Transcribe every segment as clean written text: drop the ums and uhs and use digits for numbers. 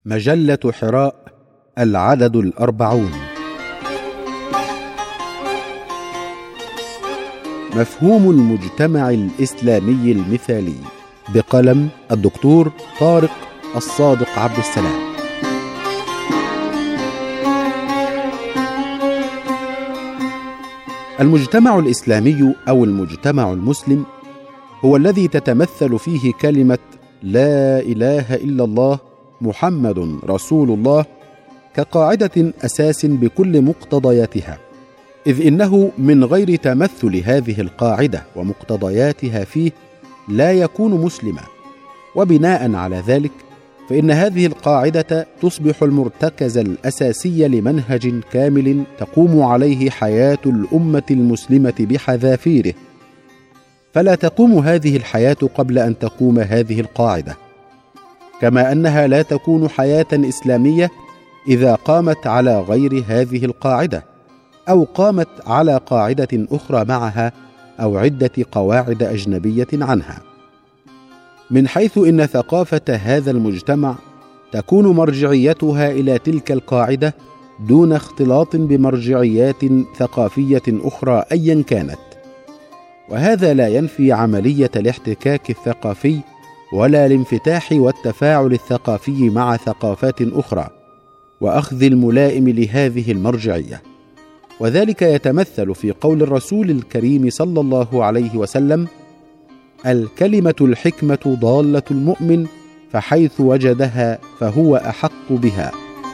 مجلة حراء، العدد 40. مفهوم المجتمع الإسلامي المثالي، بقلم الدكتور طارق الصادق عبد السلام. المجتمع الإسلامي أو المجتمع المسلم هو الذي تتمثل فيه كلمة لا إله إلا الله محمد رسول الله كقاعدة أساس بكل مقتضياتها، إذ إنه من غير تمثل هذه القاعدة ومقتضياتها فيه لا يكون مسلما. وبناء على ذلك فإن هذه القاعدة تصبح المرتكز الأساسي لمنهج كامل تقوم عليه حياة الأمة المسلمة بحذافيره، فلا تقوم هذه الحياة قبل أن تقوم هذه القاعدة، كما أنها لا تكون حياة إسلامية إذا قامت على غير هذه القاعدة أو قامت على قاعدة أخرى معها أو عدة قواعد أجنبية عنها، من حيث إن ثقافة هذا المجتمع تكون مرجعيتها إلى تلك القاعدة دون اختلاط بمرجعيات ثقافية أخرى أيا كانت. وهذا لا ينفي عملية الاحتكاك الثقافي ولا الانفتاح والتفاعل الثقافي مع ثقافات أخرى وأخذ الملائم لهذه المرجعية، وذلك يتمثل في قول الرسول الكريم صلى الله عليه وسلم: الكلمة الحكمة ضالة المؤمن فحيث وجدها فهو أحق بها.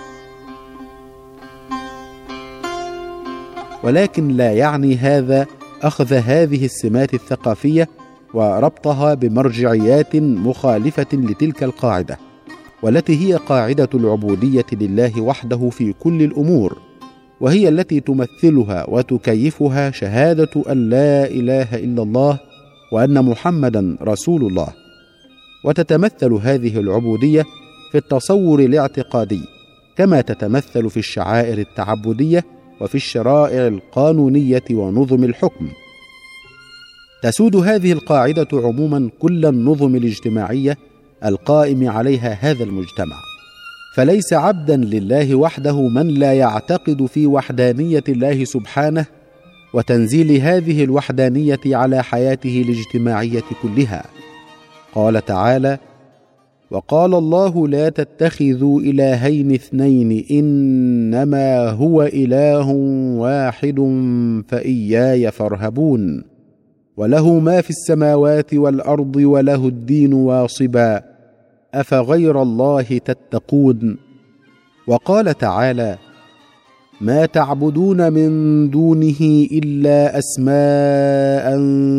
ولكن لا يعني هذا أخذ هذه السمات الثقافية وربطها بمرجعيات مخالفة لتلك القاعدة، والتي هي قاعدة العبودية لله وحده في كل الأمور، وهي التي تمثلها وتكيفها شهادة أن لا إله إلا الله وأن محمدا رسول الله. وتتمثل هذه العبودية في التصور الاعتقادي، كما تتمثل في الشعائر التعبدية وفي الشرائع القانونية ونظم الحكم. تسود هذه القاعدة عموما كل النظم الاجتماعية القائم عليها هذا المجتمع، فليس عبدا لله وحده من لا يعتقد في وحدانية الله سبحانه وتنزيل هذه الوحدانية على حياته الاجتماعية كلها. قال تعالى: وقال الله لا تتخذوا إلهين اثنين إنما هو إله واحد فإياي فارهبون وله ما في السماوات والأرض وله الدين واصبا أفغير الله تتقون. وقال تعالى: ما تعبدون من دونه إلا أسماء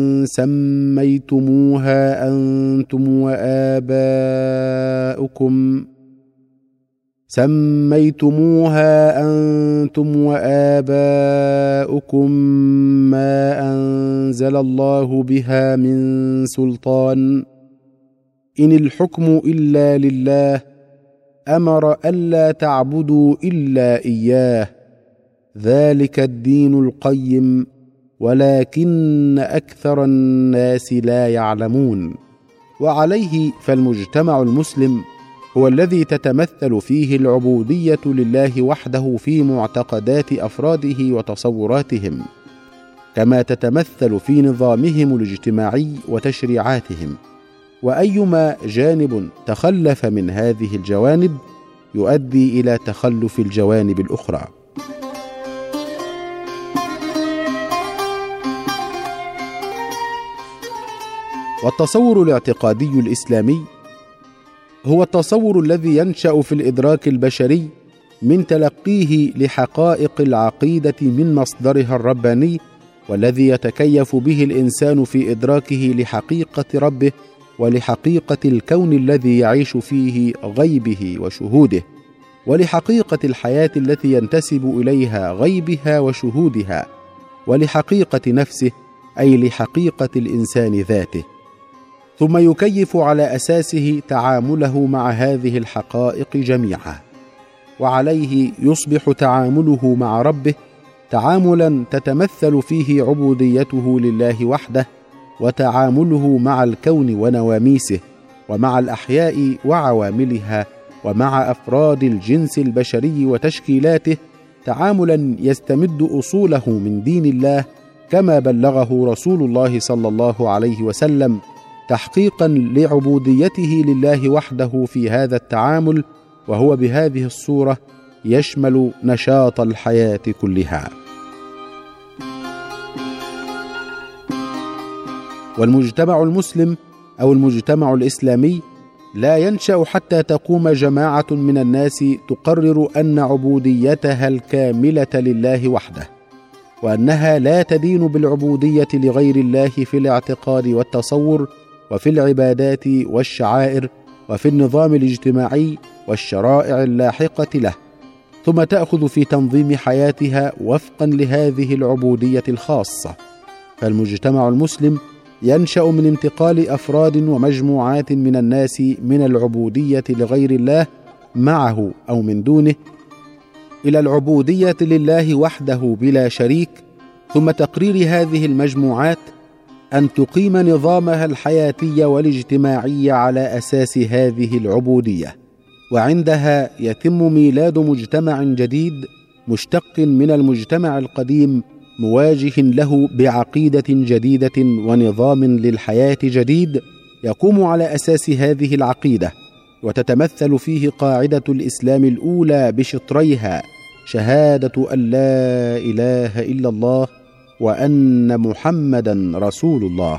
سميتموها أنتم وآباؤكم ما أنزل الله بها من سلطان إن الحكم إلا لله أمر ألا تعبدوا إلا إياه ذلك الدين القيم ولكن أكثر الناس لا يعلمون. وعليه فالمجتمع المسلم هو الذي تتمثل فيه العبودية لله وحده في معتقدات أفراده وتصوراتهم، كما تتمثل في نظامهم الاجتماعي وتشريعاتهم، وأيما جانب تخلف من هذه الجوانب يؤدي إلى تخلف الجوانب الأخرى. والتصور الاعتقادي الإسلامي هو التصور الذي ينشأ في الإدراك البشري من تلقيه لحقائق العقيدة من مصدرها الرباني، والذي يتكيف به الإنسان في إدراكه لحقيقة ربه ولحقيقة الكون الذي يعيش فيه غيبه وشهوده، ولحقيقة الحياة التي ينتسب إليها غيبها وشهودها، ولحقيقة نفسه أي لحقيقة الإنسان ذاته، ثم يكيف على أساسه تعامله مع هذه الحقائق جميعها. وعليه يصبح تعامله مع ربه تعاملا تتمثل فيه عبوديته لله وحده، وتعامله مع الكون ونواميسه ومع الأحياء وعواملها ومع أفراد الجنس البشري وتشكيلاته تعاملا يستمد أصوله من دين الله كما بلغه رسول الله صلى الله عليه وسلم، تحقيقا لعبوديته لله وحده في هذا التعامل، وهو بهذه الصورة يشمل نشاط الحياة كلها. والمجتمع المسلم أو المجتمع الإسلامي لا ينشأ حتى تقوم جماعة من الناس تقرر أن عبوديتها الكاملة لله وحده، وأنها لا تدين بالعبودية لغير الله في الاعتقاد والتصور، وفي العبادات والشعائر، وفي النظام الاجتماعي والشرائع اللاحقة له، ثم تأخذ في تنظيم حياتها وفقا لهذه العبودية الخاصة. فالمجتمع المسلم ينشأ من انتقال أفراد ومجموعات من الناس من العبودية لغير الله معه أو من دونه إلى العبودية لله وحده بلا شريك، ثم تقرير هذه المجموعات أن تقيم نظامها الحياتي والاجتماعي على أساس هذه العبودية، وعندها يتم ميلاد مجتمع جديد مشتق من المجتمع القديم، مواجه له بعقيدة جديدة ونظام للحياة جديد يقوم على أساس هذه العقيدة، وتتمثل فيه قاعدة الإسلام الأولى بشطريها: شهادة أن لا إله إلا الله وأن محمدا رسول الله.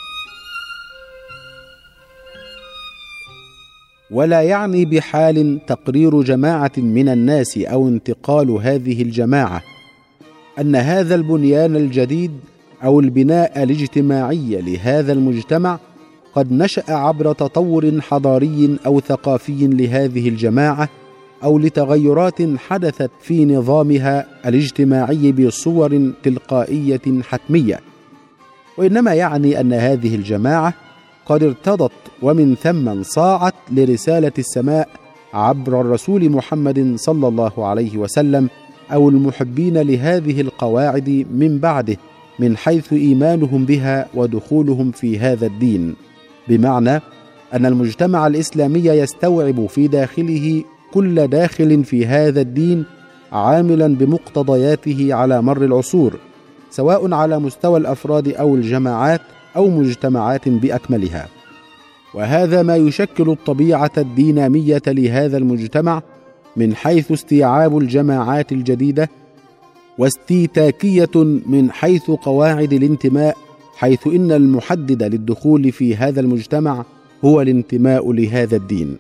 ولا يعني بحال تقرير جماعة من الناس أو انتقال هذه الجماعة أن هذا البنيان الجديد أو البناء الاجتماعي لهذا المجتمع قد نشأ عبر تطور حضاري أو ثقافي لهذه الجماعة، أو لتغيرات حدثت في نظامها الاجتماعي بصور تلقائية حتمية، وإنما يعني أن هذه الجماعة قد ارتضت ومن ثم انصاعت لرسالة السماء عبر الرسول محمد صلى الله عليه وسلم، أو المحبين لهذه القواعد من بعده، من حيث إيمانهم بها ودخولهم في هذا الدين، بمعنى أن المجتمع الإسلامي يستوعب في داخله كل داخل في هذا الدين عاملا بمقتضياته على مر العصور، سواء على مستوى الأفراد أو الجماعات أو مجتمعات بأكملها. وهذا ما يشكل الطبيعة الدينامية لهذا المجتمع من حيث استيعاب الجماعات الجديدة، واستيتاكية من حيث قواعد الانتماء، حيث إن المحدد للدخول في هذا المجتمع هو الانتماء لهذا الدين.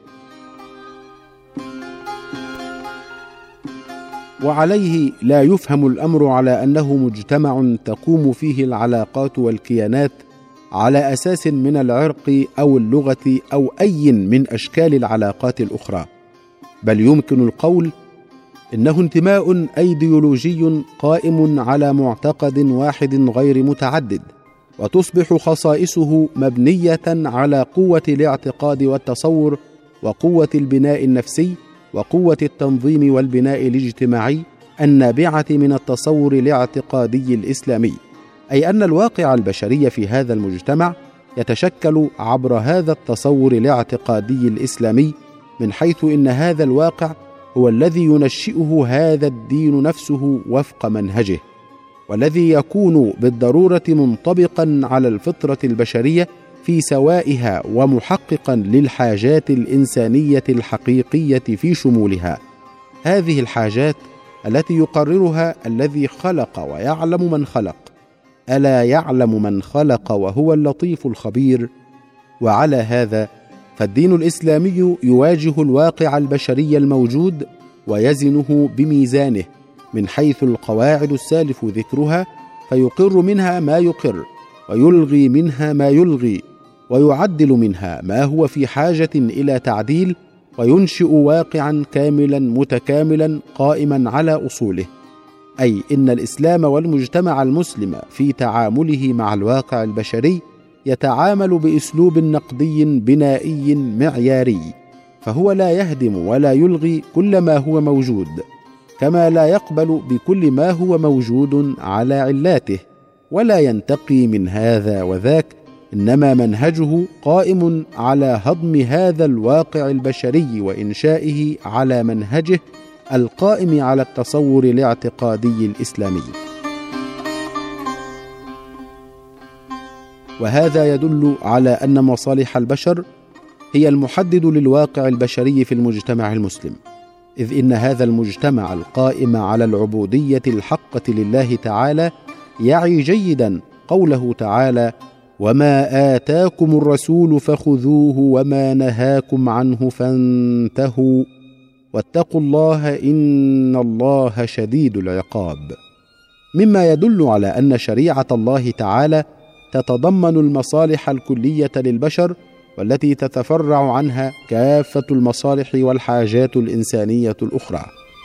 وعليه لا يفهم الأمر على أنه مجتمع تقوم فيه العلاقات والكيانات على أساس من العرق أو اللغة أو أي من أشكال العلاقات الأخرى، بل يمكن القول إنه انتماء أيديولوجي قائم على معتقد واحد غير متعدد، وتصبح خصائصه مبنية على قوة الاعتقاد والتصور، وقوة البناء النفسي، وقوة التنظيم والبناء الاجتماعي النابعة من التصور الاعتقادي الإسلامي، أي أن الواقع البشري في هذا المجتمع يتشكل عبر هذا التصور الاعتقادي الإسلامي، من حيث إن هذا الواقع هو الذي ينشئه هذا الدين نفسه وفق منهجه، والذي يكون بالضرورة منطبقا على الفطرة البشرية في سوائها، ومحققا للحاجات الإنسانية الحقيقية في شمولها. هذه الحاجات التي يقررها الذي خلق ويعلم من خلق، ألا يعلم من خلق وهو اللطيف الخبير. وعلى هذا فالدين الإسلامي يواجه الواقع البشري الموجود ويزنه بميزانه، من حيث القواعد السالف ذكرها، فيقر منها ما يقر، ويلغي منها ما يلغي، ويعدل منها ما هو في حاجة إلى تعديل، وينشئ واقعا كاملا متكاملا قائما على أصوله. أي إن الإسلام والمجتمع المسلم في تعامله مع الواقع البشري يتعامل بأسلوب نقدي بنائي معياري، فهو لا يهدم ولا يلغي كل ما هو موجود، كما لا يقبل بكل ما هو موجود على علاته، ولا ينتقي من هذا وذاك، إنما منهجه قائم على هضم هذا الواقع البشري وإنشائه على منهجه القائم على التصور الاعتقادي الإسلامي. وهذا يدل على أن مصالح البشر هي المحدد للواقع البشري في المجتمع المسلم، إذ إن هذا المجتمع القائم على العبودية الحقة لله تعالى يعي جيدا قوله تعالى: وما آتاكم الرسول فخذوه وما نهاكم عنه فانتهوا واتقوا الله إن الله شديد العقاب، مما يدل على أن شريعة الله تعالى تتضمن المصالح الكلية للبشر، والتي تتفرع عنها كافة المصالح والحاجات الإنسانية الأخرى.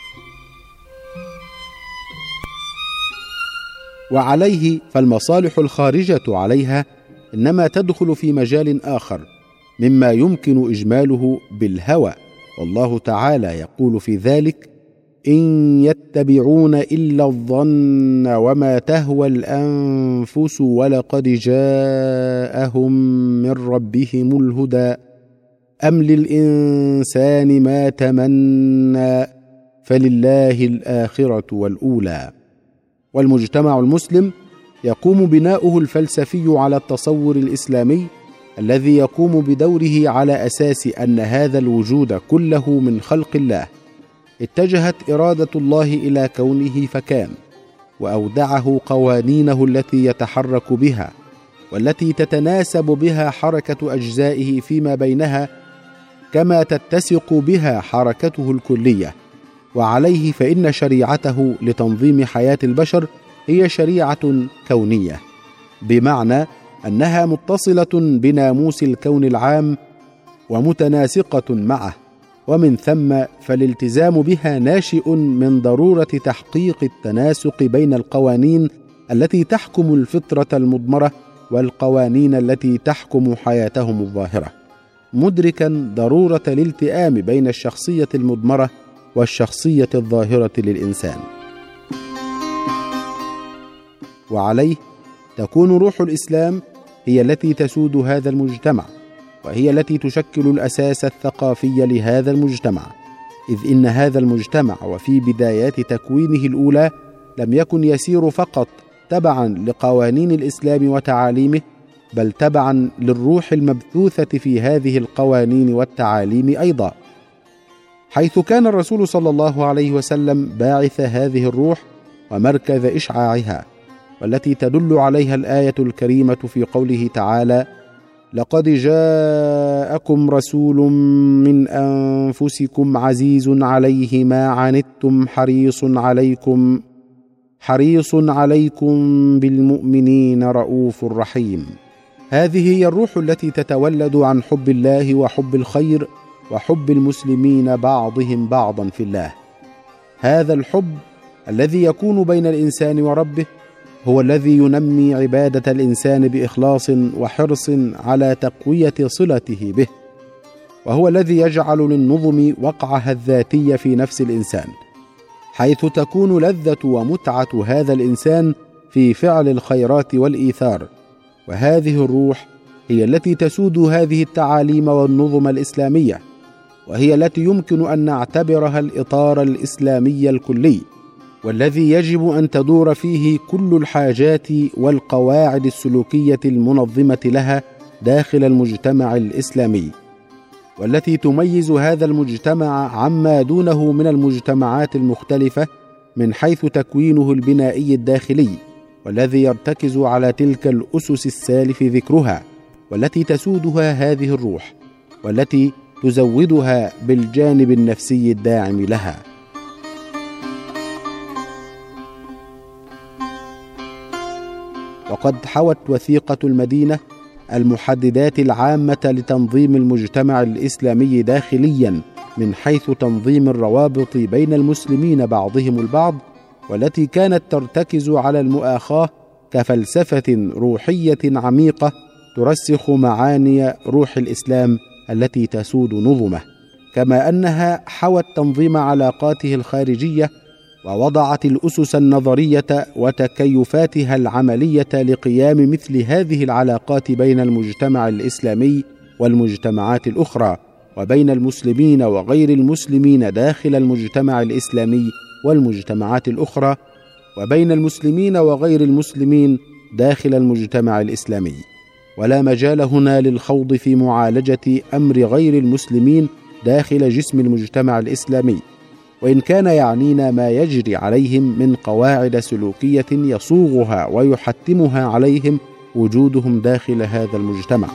وعليه فالمصالح الخارجة عليها إنما تدخل في مجال آخر مما يمكن إجماله بالهوى، والله تعالى يقول في ذلك: إن يتبعون إلا الظن وما تهوى الأنفس ولقد جاءهم من ربهم الهدى أم للإنسان ما تمنى فلله الآخرة والأولى. والمجتمع المسلم يقوم بناؤه الفلسفي على التصور الإسلامي الذي يقوم بدوره على أساس أن هذا الوجود كله من خلق الله، اتجهت إرادة الله إلى كونه فكان، وأودعه قوانينه التي يتحرك بها والتي تتناسب بها حركة أجزائه فيما بينها كما تتسق بها حركته الكلية. وعليه فإن شريعته لتنظيم حياة البشر هي شريعة كونية، بمعنى أنها متصلة بناموس الكون العام ومتناسقة معه، ومن ثم فالالتزام بها ناشئ من ضرورة تحقيق التناسق بين القوانين التي تحكم الفطرة المضمرة والقوانين التي تحكم حياتهم الظاهرة، مدركا ضرورة الالتئام بين الشخصية المضمرة والشخصية الظاهرة للإنسان. وعليه تكون روح الإسلام هي التي تسود هذا المجتمع، وهي التي تشكل الأساس الثقافي لهذا المجتمع، إذ إن هذا المجتمع وفي بدايات تكوينه الأولى لم يكن يسير فقط تبعا لقوانين الإسلام وتعاليمه، بل تبعا للروح المبثوثة في هذه القوانين والتعاليم أيضا، حيث كان الرسول صلى الله عليه وسلم باعث هذه الروح ومركز إشعاعها، والتي تدل عليها الآية الكريمة في قوله تعالى: لقد جاءكم رسول من أنفسكم عزيز عليه ما عنتم حريص عليكم بالمؤمنين رؤوف رحيم. هذه هي الروح التي تتولد عن حب الله وحب الخير وحب المسلمين بعضهم بعضا في الله. هذا الحب الذي يكون بين الإنسان وربه هو الذي ينمي عبادة الإنسان بإخلاص وحرص على تقوية صلته به، وهو الذي يجعل للنظم وقعها الذاتي في نفس الإنسان، حيث تكون لذة ومتعة هذا الإنسان في فعل الخيرات والإيثار. وهذه الروح هي التي تسود هذه التعاليم والنظم الإسلامية، وهي التي يمكن أن نعتبرها الإطار الإسلامي الكلي، والذي يجب أن تدور فيه كل الحاجات والقواعد السلوكية المنظمة لها داخل المجتمع الإسلامي، والتي تميز هذا المجتمع عما دونه من المجتمعات المختلفة من حيث تكوينه البنائي الداخلي، والذي يرتكز على تلك الأسس السالف ذكرها، والتي تسودها هذه الروح، والتي تزودها بالجانب النفسي الداعم لها. وقد حوت وثيقة المدينة المحددات العامة لتنظيم المجتمع الإسلامي داخليا من حيث تنظيم الروابط بين المسلمين بعضهم البعض، والتي كانت ترتكز على المؤاخاة كفلسفة روحية عميقة ترسخ معاني روح الإسلام التي تسود نظمه، كما أنها حوت تنظيم علاقاته الخارجية ووضعت الأسس النظرية وتكيفاتها العملية لقيام مثل هذه العلاقات بين المجتمع الإسلامي والمجتمعات الأخرى، وبين المسلمين وغير المسلمين داخل المجتمع الإسلامي والمجتمعات الأخرى، وبين المسلمين وغير المسلمين داخل المجتمع الإسلامي. ولا مجال هنا للخوض في معالجة أمر غير المسلمين داخل جسم المجتمع الإسلامي، وإن كان يعنينا ما يجري عليهم من قواعد سلوكية يصوغها ويحتمها عليهم وجودهم داخل هذا المجتمع.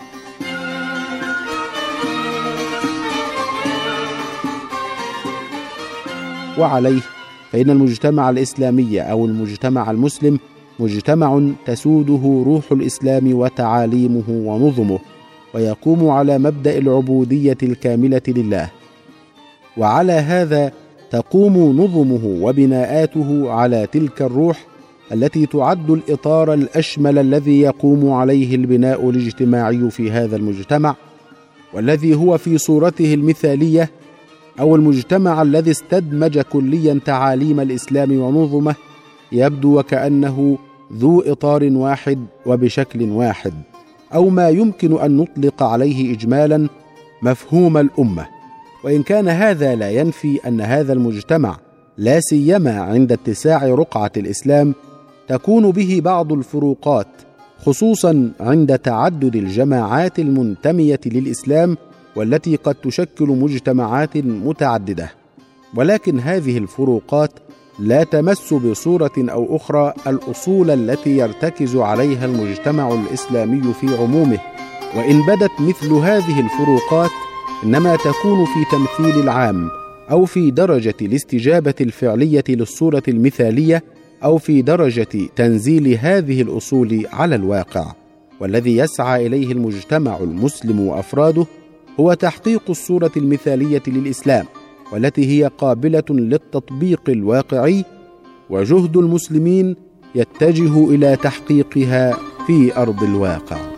وعليه فإن المجتمع الإسلامي أو المجتمع المسلم مجتمع تسوده روح الإسلام وتعاليمه ونظمه، ويقوم على مبدأ العبودية الكاملة لله، وعلى هذا تقوم نظمه وبناءاته على تلك الروح التي تعد الإطار الأشمل الذي يقوم عليه البناء الاجتماعي في هذا المجتمع، والذي هو في صورته المثالية أو المجتمع الذي استدمج كليا تعاليم الإسلام ونظمه يبدو وكأنه ذو إطار واحد وبشكل واحد، أو ما يمكن أن نطلق عليه إجمالا مفهوم الأمة. وإن كان هذا لا ينفي أن هذا المجتمع لا سيما عند اتساع رقعة الإسلام تكون به بعض الفروقات، خصوصا عند تعدد الجماعات المنتمية للإسلام والتي قد تشكل مجتمعات متعددة، ولكن هذه الفروقات لا تمس بصورة أو أخرى الأصول التي يرتكز عليها المجتمع الإسلامي في عمومه. وإن بدت مثل هذه الفروقات إنما تكون في تمثيل العام، أو في درجة الاستجابة الفعلية للصورة المثالية، أو في درجة تنزيل هذه الأصول على الواقع. والذي يسعى إليه المجتمع المسلم وأفراده هو تحقيق الصورة المثالية للإسلام، والتي هي قابلة للتطبيق الواقعي، وجهد المسلمين يتجه إلى تحقيقها في أرض الواقع.